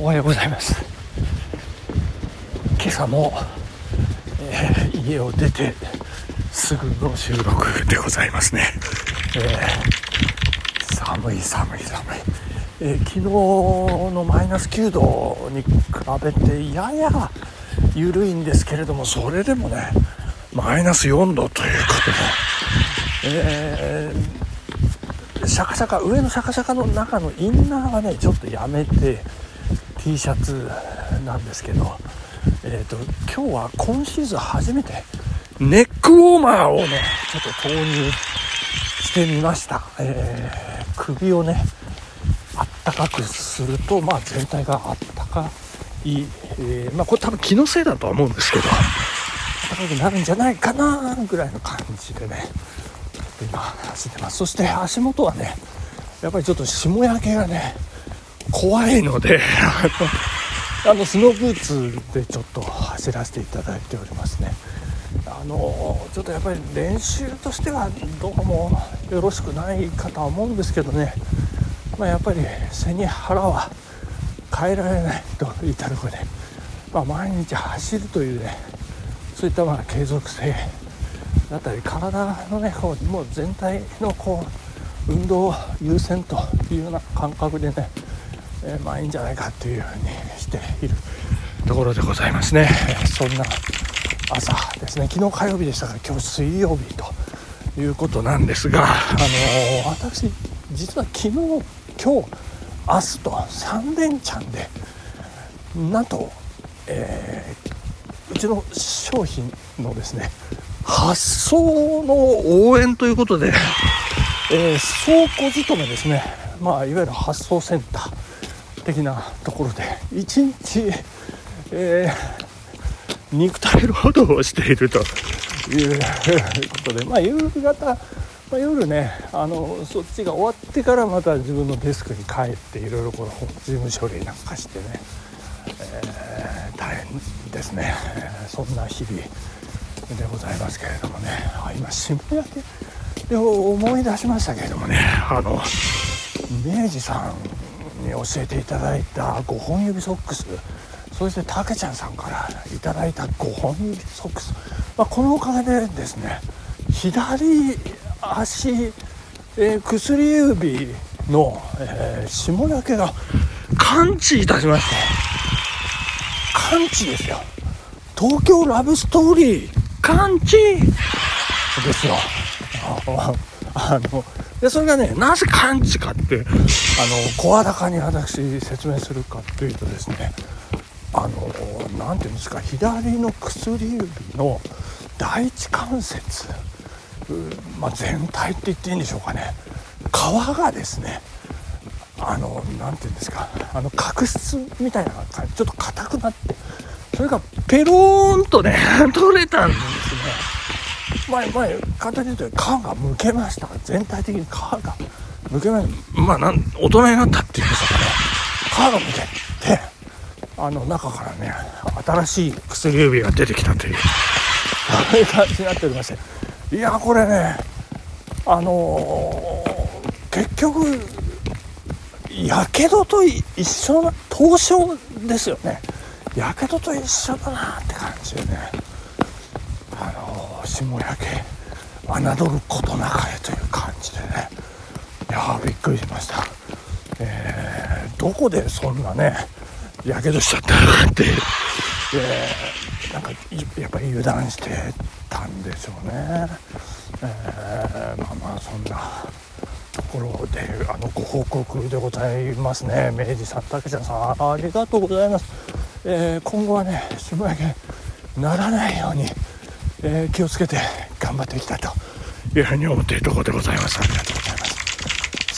おはようございます。今朝も、家を出てすぐの収録でございますね。寒い、昨日のマイナス9度に比べてやや緩いんですけれども、それでもねマイナス4度ということで、シャカシャカ上のシャカシャカの中のインナーはねちょっとやめて T シャツなんですけど、今日は今シーズン初めてネックウォーマーをねちょっと投入してみました。首をねあったかくすると、全体があったかい、これ多分気のせいだとは思うんですけど、あったかくなるんじゃないかなぐらいの感じでね今走ってます。そして足元はねやっぱりちょっと霜焼けがね怖いのでスノーブーツでちょっと走らせていただいておりますね。ちょっとやっぱり練習としてはどうもよろしくないかとは思うんですけどね、やっぱり背に腹は変えられないといったところで、毎日走るというねそういった継続性だったり体のねもう全体の運動優先というような感覚でね、いいんじゃないかというふうにしているところでございますね。そんな朝ですね。昨日火曜日でしたから今日水曜日ということなんですが、私実は昨日今日明日と3連チャンでなんと、うちの商品のですね発送の応援ということで、倉庫勤めですね、いわゆる発送センター的なところで1日、肉体労働をしているということで、夕方、夜ねそっちが終わってからまた自分のデスクに帰っていろいろ事務処理なんかしてね、大変ですね。そんな日々でございますけれどもね、今渋谷で思い出しましたけれどもね、明治さんに教えていただいた5本指ソックス、そしてたけちゃんさんからいただいた5本指ソックス、このおかげでですね左足、薬指の、霜焼けが完治いたしまして、完治ですよ。東京ラブストーリー完治ですよ。でそれがねなぜ完治かって声高に私説明するかというとですね、なんていうんですか、左の薬指の第一関節、全体って言っていいんでしょうかね、皮がですねなんていうんですか、角質みたいな感じちょっと硬くなって、それがペローンとね取れたんですね。前簡単に言うと皮がむけました。全体的に皮がむけました。大人になったっていうんですかね、皮がむけて中からね新しい薬指が出てきたというそういう感じになっておりまして、いやこれね結局やけどと一緒な凍傷ですよね。やけどと一緒だなって感じでね、霜焼け侮ることなかれという感じでね、いやびっくりしました。どこでそんなねやけどしちゃったのかって、なんかやっぱり油断してたんでしょうね。そんなところでご報告でございますね。明治さん、たけちゃんさんありがとうございます。今後はね霜焼けならないように、気をつけて頑張っていきたいというふうに思っているところでございます。ありがとうございます。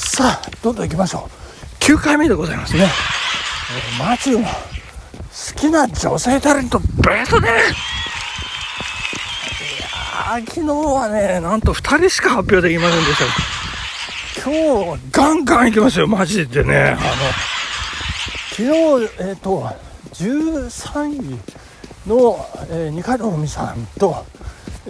さあどんどん行きましょう。9回目でございますね。マチューの好きな女性タレントベストで、昨日はねなんと2人しか発表できませんでした。今日ガンガン行きますよマジでね。昨日13位の、二階堂ふみさん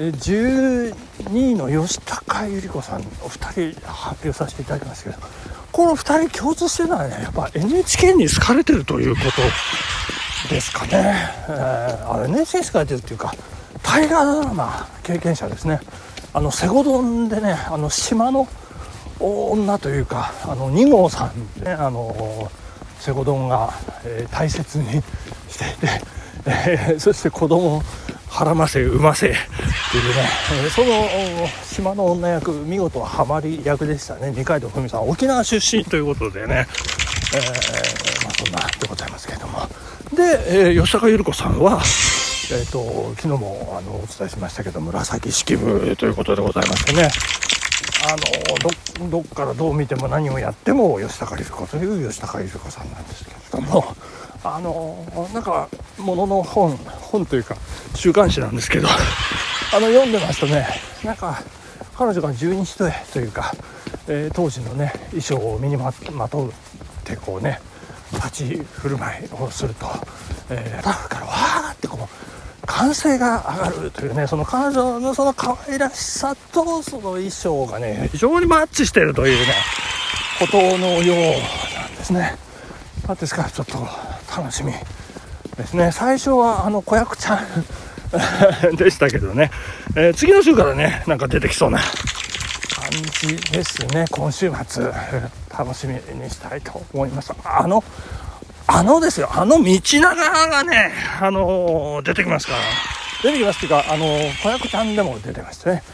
と、12位の吉高由里子さんお二人発表させていただきますけど、 この2人共通してるのはね、やっぱ NHK に好かれてるということですかね。NHK に好かれてるっていうか、大河ドラマ経験者ですね。セゴドンでね、島の女というか、2号さんでね、セゴドンが、大切にしていて、そして子供をはらませ産ませっていうね、その島の女役、見事ハマり役でしたね。二階堂ふみさん、沖縄出身ということでね、そんなでございますけれども、で、吉高由里子さんは昨日もお伝えしましたけど、紫式部ということでございましてね、どっからどう見ても何をやっても吉高由里子という吉高由里子さんなんですけれども、なんかものの本というか週刊誌なんですけど、読んでますとね、なんか彼女が十二一重というか、当時のね衣装を身にまとってこうね、立ち振る舞いをすると、スタッフからわーってこう歓声が上がるというね、その彼女のその可愛らしさとその衣装がね、非常にマッチしているというねことのようなんですね。ですからちょっと楽しみですね。最初は子役ちゃんでしたけどね、次の週からねなんか出てきそうな感じですね。今週末楽しみにしたいと思います。ですよ、道長がね出てきますから、出てきますっていうか、子役ちゃんでも出てましてね、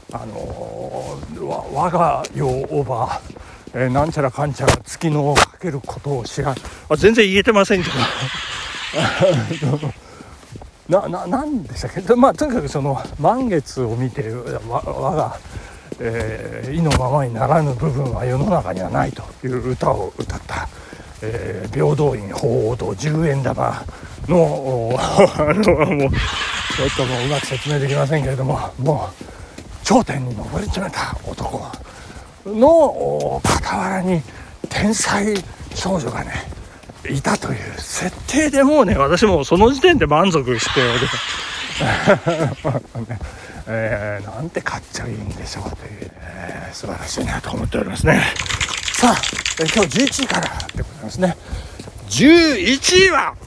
我が世をばなんちゃらかんちゃら月のかけることを知らん、全然言えてませんけどなんでしたっけ。とにかくその満月を見て我が、意のままにならぬ部分は世の中にはないという歌を歌った、平等院鳳凰堂10円玉のもうちょっともううまく説明できませんけれども、もう頂点に上り詰めた男の傍らに天才少女がねいたという設定で、もうね私もその時点で満足しておりなんてかっちょいいんでしょうという、素晴らしいなと思っておりますね。さあ、今日11位からでございますね。11位は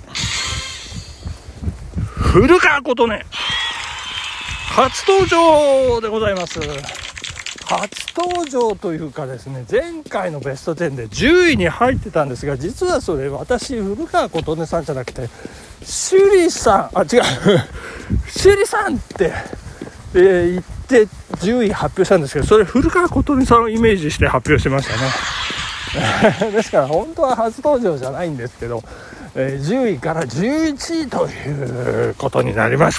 古川琴音、初登場でございます。初登場というかですね、前回のベスト10で10位に入ってたんですが、実はそれ私古川琴音さんじゃなくて趣里さん、趣里さんって、言って10位発表したんですけど、それ古川琴音さんをイメージして発表してましたねですから本当は初登場じゃないんですけど、10位から11位ということになりました。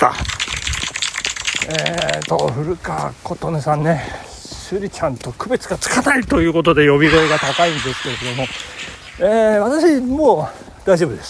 古川琴音さんね、趣里ちゃんと区別がつかないということで呼び声が高いんですけれども、私もう大丈夫です。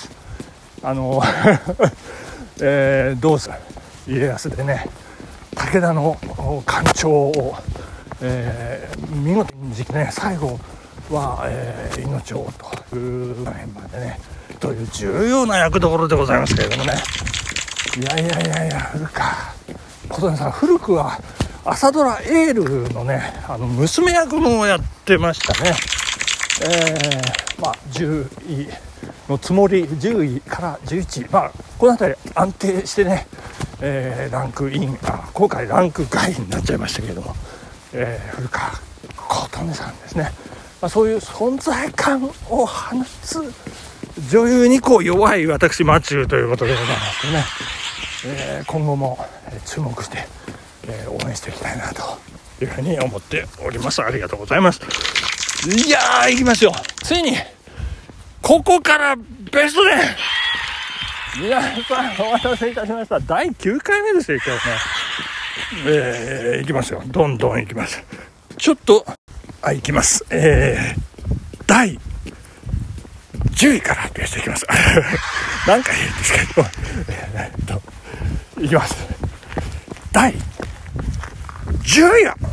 どうする家康でね、武田の艦長を、見事にね最後は、命をという場面までねという重要な役どころでございますけれどもね、いや古川琴音さん、古くは朝ドラエールのね娘役もやってましたね。10位のつもり、10位から11位、この辺り安定してね、ランクイン、今回ランク外になっちゃいましたけれども、古川琴音さんですね、そういう存在感を放つ女優にこう弱い私マチューということでございますね。今後も注目して、応援していきたいなというふうに思っております。ありがとうございます。いやー、いきますよ、ついにここからベスト10、皆さんお待たせいたしました。第9回目ですよ今日ね。いきますよ、どんどんいきます。ちょっといきます。第10位から発表していきます何回言うんですけど、いきます。第10位は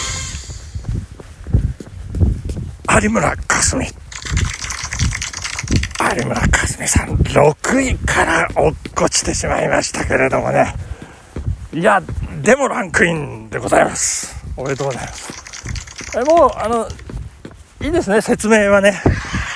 有村架純さん、6位から落っこちてしまいましたけれどもね、いやでもランクインでございます。おめでとうございます。もういいですね、説明はね。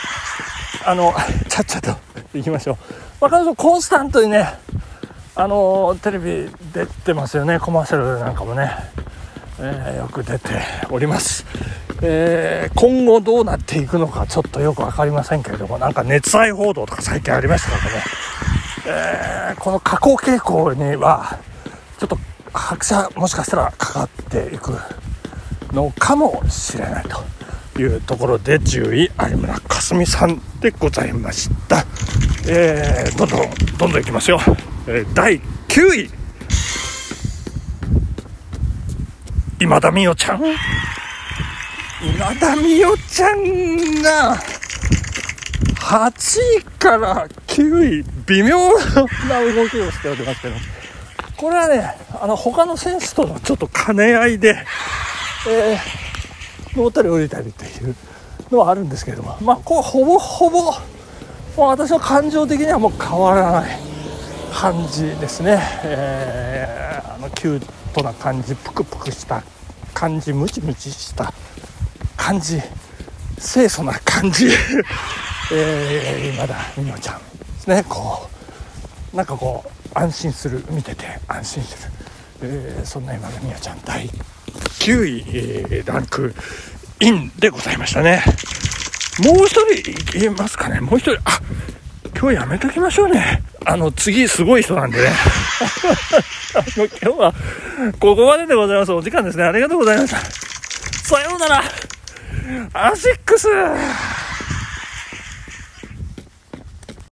ちゃっちゃといきましょう。彼女コンスタントにね、テレビ出てますよね。コマーシャルなんかもね、よく出ております。今後どうなっていくのかちょっとよく分かりませんけれども、なんか熱愛報道とか最近ありましたからね、この下降傾向にはちょっと拍車もしかしたらかかっていくのかもしれないというところで、10位有村架純さんでございました。どんどんいきますよ。第9位今田美桜ちゃん。今田美桜ちゃんが8位から9位、微妙な動きをしておりますけど、これはね、他の選手とのちょっと兼ね合いで、乗ったり降りたりというのはあるんですけれども、こうほぼもう私の感情的にはもう変わらない感じですね。キュートな感じ、プクプクした感じ、ムチムチした感じ、清楚な感じ今田美桜ちゃんですね。なんか安心する、見てて安心する、そんな今田美桜ちゃん第9位、ランクインでございましたね。もう一人いますかね。もう一人、今日やめときましょうね。次すごい人なんでね今日はここまででございます。お時間ですね。ありがとうございました。さようなら。アシックス。